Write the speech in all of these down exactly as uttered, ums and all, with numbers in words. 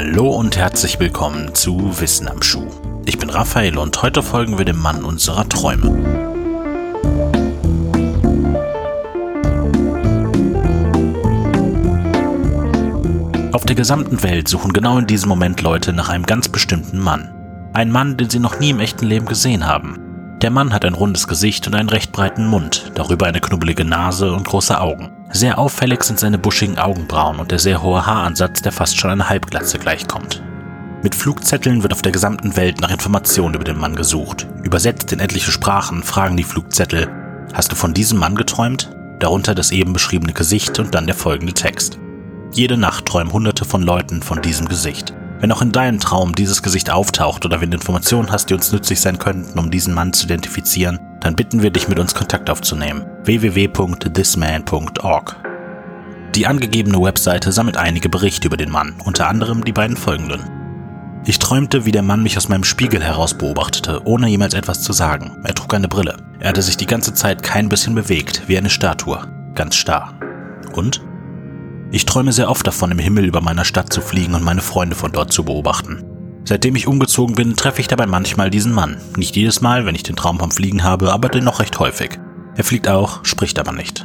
Hallo und herzlich willkommen zu Wissen am Schuh. Ich bin Raphael und heute folgen wir dem Mann unserer Träume. Auf der gesamten Welt suchen genau in diesem Moment Leute nach einem ganz bestimmten Mann. Ein Mann, den sie noch nie im echten Leben gesehen haben. Der Mann hat ein rundes Gesicht und einen recht breiten Mund, darüber eine knubbelige Nase und große Augen. Sehr auffällig sind seine buschigen Augenbrauen und der sehr hohe Haaransatz, der fast schon einer Halbglatze gleichkommt. Mit Flugzetteln wird auf der gesamten Welt nach Informationen über den Mann gesucht. Übersetzt in etliche Sprachen fragen die Flugzettel: Hast du von diesem Mann geträumt? Darunter das eben beschriebene Gesicht und dann der folgende Text. Jede Nacht träumen Hunderte von Leuten von diesem Gesicht. Wenn auch in deinem Traum dieses Gesicht auftaucht oder wenn du Informationen hast, die uns nützlich sein könnten, um diesen Mann zu identifizieren, dann bitten wir dich, mit uns Kontakt aufzunehmen. w w w punkt this man punkt org. Die angegebene Webseite sammelt einige Berichte über den Mann, unter anderem die beiden folgenden. Ich träumte, wie der Mann mich aus meinem Spiegel heraus beobachtete, ohne jemals etwas zu sagen. Er trug eine Brille. Er hatte sich die ganze Zeit kein bisschen bewegt, wie eine Statue. Ganz starr. Und? Ich träume sehr oft davon, im Himmel über meiner Stadt zu fliegen und meine Freunde von dort zu beobachten. Seitdem ich umgezogen bin, treffe ich dabei manchmal diesen Mann. Nicht jedes Mal, wenn ich den Traum vom Fliegen habe, aber dennoch recht häufig. Er fliegt auch, spricht aber nicht.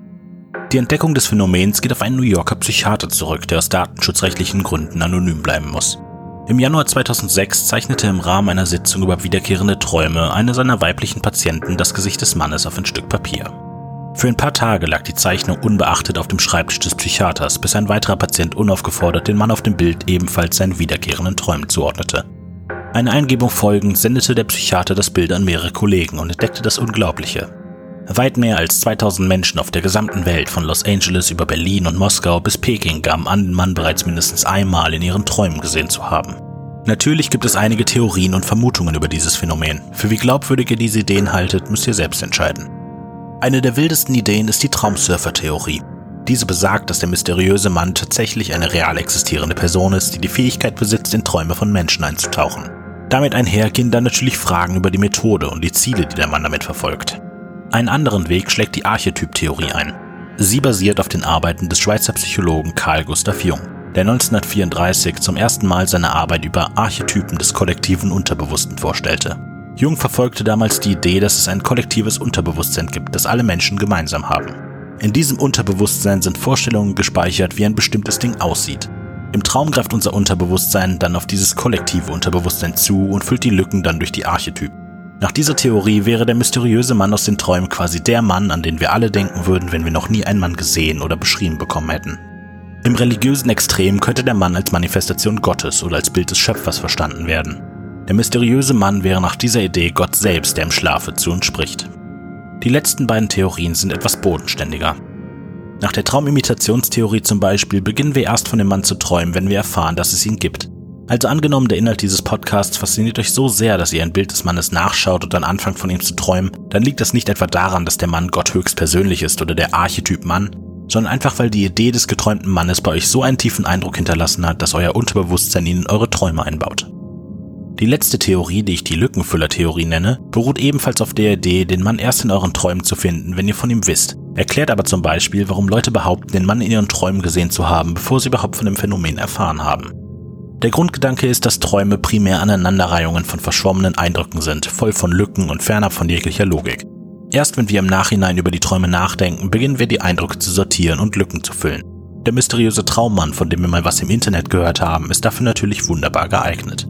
Die Entdeckung des Phänomens geht auf einen New Yorker Psychiater zurück, der aus datenschutzrechtlichen Gründen anonym bleiben muss. Im Januar zweitausendsechs zeichnete im Rahmen einer Sitzung über wiederkehrende Träume eine seiner weiblichen Patienten das Gesicht des Mannes auf ein Stück Papier. Für ein paar Tage lag die Zeichnung unbeachtet auf dem Schreibtisch des Psychiaters, bis ein weiterer Patient unaufgefordert den Mann auf dem Bild ebenfalls seinen wiederkehrenden Träumen zuordnete. Einer Eingebung folgend sendete der Psychiater das Bild an mehrere Kollegen und entdeckte das Unglaubliche. Weit mehr als zweitausend Menschen auf der gesamten Welt, von Los Angeles über Berlin und Moskau bis Peking, gaben an, den Mann bereits mindestens einmal in ihren Träumen gesehen zu haben. Natürlich gibt es einige Theorien und Vermutungen über dieses Phänomen. Für wie glaubwürdig ihr diese Ideen haltet, müsst ihr selbst entscheiden. Eine der wildesten Ideen ist die Traumsurfer-Theorie. Diese besagt, dass der mysteriöse Mann tatsächlich eine real existierende Person ist, die die Fähigkeit besitzt, in Träume von Menschen einzutauchen. Damit einher gehen dann natürlich Fragen über die Methode und die Ziele, die der Mann damit verfolgt. Einen anderen Weg schlägt die Archetyp-Theorie ein. Sie basiert auf den Arbeiten des Schweizer Psychologen Carl Gustav Jung, der neunzehnhundertvierunddreißig zum ersten Mal seine Arbeit über Archetypen des kollektiven Unterbewussten vorstellte. Jung verfolgte damals die Idee, dass es ein kollektives Unterbewusstsein gibt, das alle Menschen gemeinsam haben. In diesem Unterbewusstsein sind Vorstellungen gespeichert, wie ein bestimmtes Ding aussieht. Im Traum greift unser Unterbewusstsein dann auf dieses kollektive Unterbewusstsein zu und füllt die Lücken dann durch die Archetypen. Nach dieser Theorie wäre der mysteriöse Mann aus den Träumen quasi der Mann, an den wir alle denken würden, wenn wir noch nie einen Mann gesehen oder beschrieben bekommen hätten. Im religiösen Extrem könnte der Mann als Manifestation Gottes oder als Bild des Schöpfers verstanden werden. Der mysteriöse Mann wäre nach dieser Idee Gott selbst, der im Schlafe zu uns spricht. Die letzten beiden Theorien sind etwas bodenständiger. Nach der Traumimmitationstheorie zum Beispiel beginnen wir erst von dem Mann zu träumen, wenn wir erfahren, dass es ihn gibt. Also angenommen, der Inhalt dieses Podcasts fasziniert euch so sehr, dass ihr ein Bild des Mannes nachschaut und dann anfangt von ihm zu träumen, dann liegt das nicht etwa daran, dass der Mann Gott höchstpersönlich ist oder der Archetyp Mann, sondern einfach, weil die Idee des geträumten Mannes bei euch so einen tiefen Eindruck hinterlassen hat, dass euer Unterbewusstsein ihn in eure Träume einbaut. Die letzte Theorie, die ich die Lückenfüller-Theorie nenne, beruht ebenfalls auf der Idee, den Mann erst in euren Träumen zu finden, wenn ihr von ihm wisst. Erklärt aber zum Beispiel, warum Leute behaupten, den Mann in ihren Träumen gesehen zu haben, bevor sie überhaupt von dem Phänomen erfahren haben. Der Grundgedanke ist, dass Träume primär Aneinanderreihungen von verschwommenen Eindrücken sind, voll von Lücken und fernab von jeglicher Logik. Erst wenn wir im Nachhinein über die Träume nachdenken, beginnen wir die Eindrücke zu sortieren und Lücken zu füllen. Der mysteriöse Traummann, von dem wir mal was im Internet gehört haben, ist dafür natürlich wunderbar geeignet.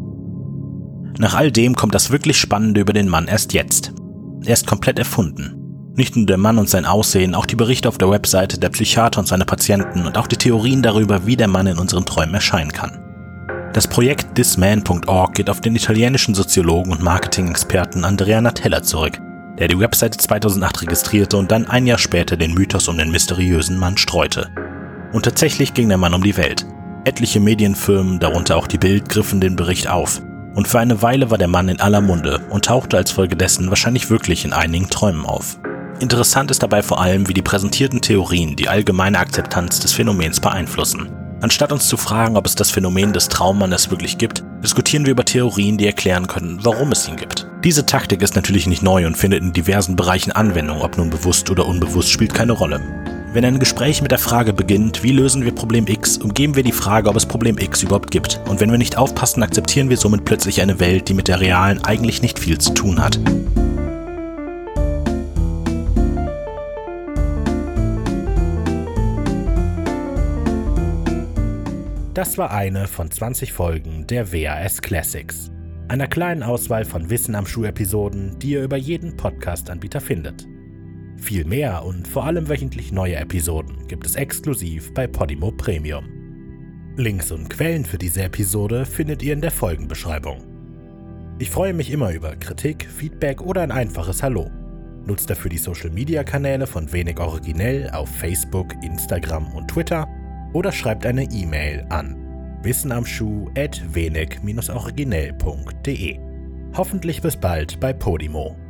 Nach all dem kommt das wirklich Spannende über den Mann erst jetzt. Er ist komplett erfunden. Nicht nur der Mann und sein Aussehen, auch die Berichte auf der Webseite, der Psychiater und seine Patienten und auch die Theorien darüber, wie der Mann in unseren Träumen erscheinen kann. Das Projekt this man punkt org geht auf den italienischen Soziologen und Marketing-Experten Andrea Natella zurück, der die Webseite zweitausendacht registrierte und dann ein Jahr später den Mythos um den mysteriösen Mann streute. Und tatsächlich ging der Mann um die Welt. Etliche Medienfirmen, darunter auch die Bild, griffen den Bericht auf. Und für eine Weile war der Mann in aller Munde und tauchte als Folge dessen wahrscheinlich wirklich in einigen Träumen auf. Interessant ist dabei vor allem, wie die präsentierten Theorien die allgemeine Akzeptanz des Phänomens beeinflussen. Anstatt uns zu fragen, ob es das Phänomen des Traummannes wirklich gibt, diskutieren wir über Theorien, die erklären können, warum es ihn gibt. Diese Taktik ist natürlich nicht neu und findet in diversen Bereichen Anwendung, ob nun bewusst oder unbewusst, spielt keine Rolle. Wenn ein Gespräch mit der Frage beginnt, wie lösen wir Problem X, umgeben wir die Frage, ob es Problem X überhaupt gibt. Und wenn wir nicht aufpassen, akzeptieren wir somit plötzlich eine Welt, die mit der realen eigentlich nicht viel zu tun hat. Das war eine von zwanzig Folgen der W A S Classics, einer kleinen Auswahl von Wissen am Schuh-Episoden, die ihr über jeden Podcast-Anbieter findet. Viel mehr und vor allem wöchentlich neue Episoden gibt es exklusiv bei Podimo Premium. Links und Quellen für diese Episode findet ihr in der Folgenbeschreibung. Ich freue mich immer über Kritik, Feedback oder ein einfaches Hallo. Nutzt dafür die Social-Media-Kanäle von Wenig Originell auf Facebook, Instagram und Twitter oder schreibt eine E-Mail an wissenamschuh at wenig Bindestrich originell punkt de. Hoffentlich bis bald bei Podimo.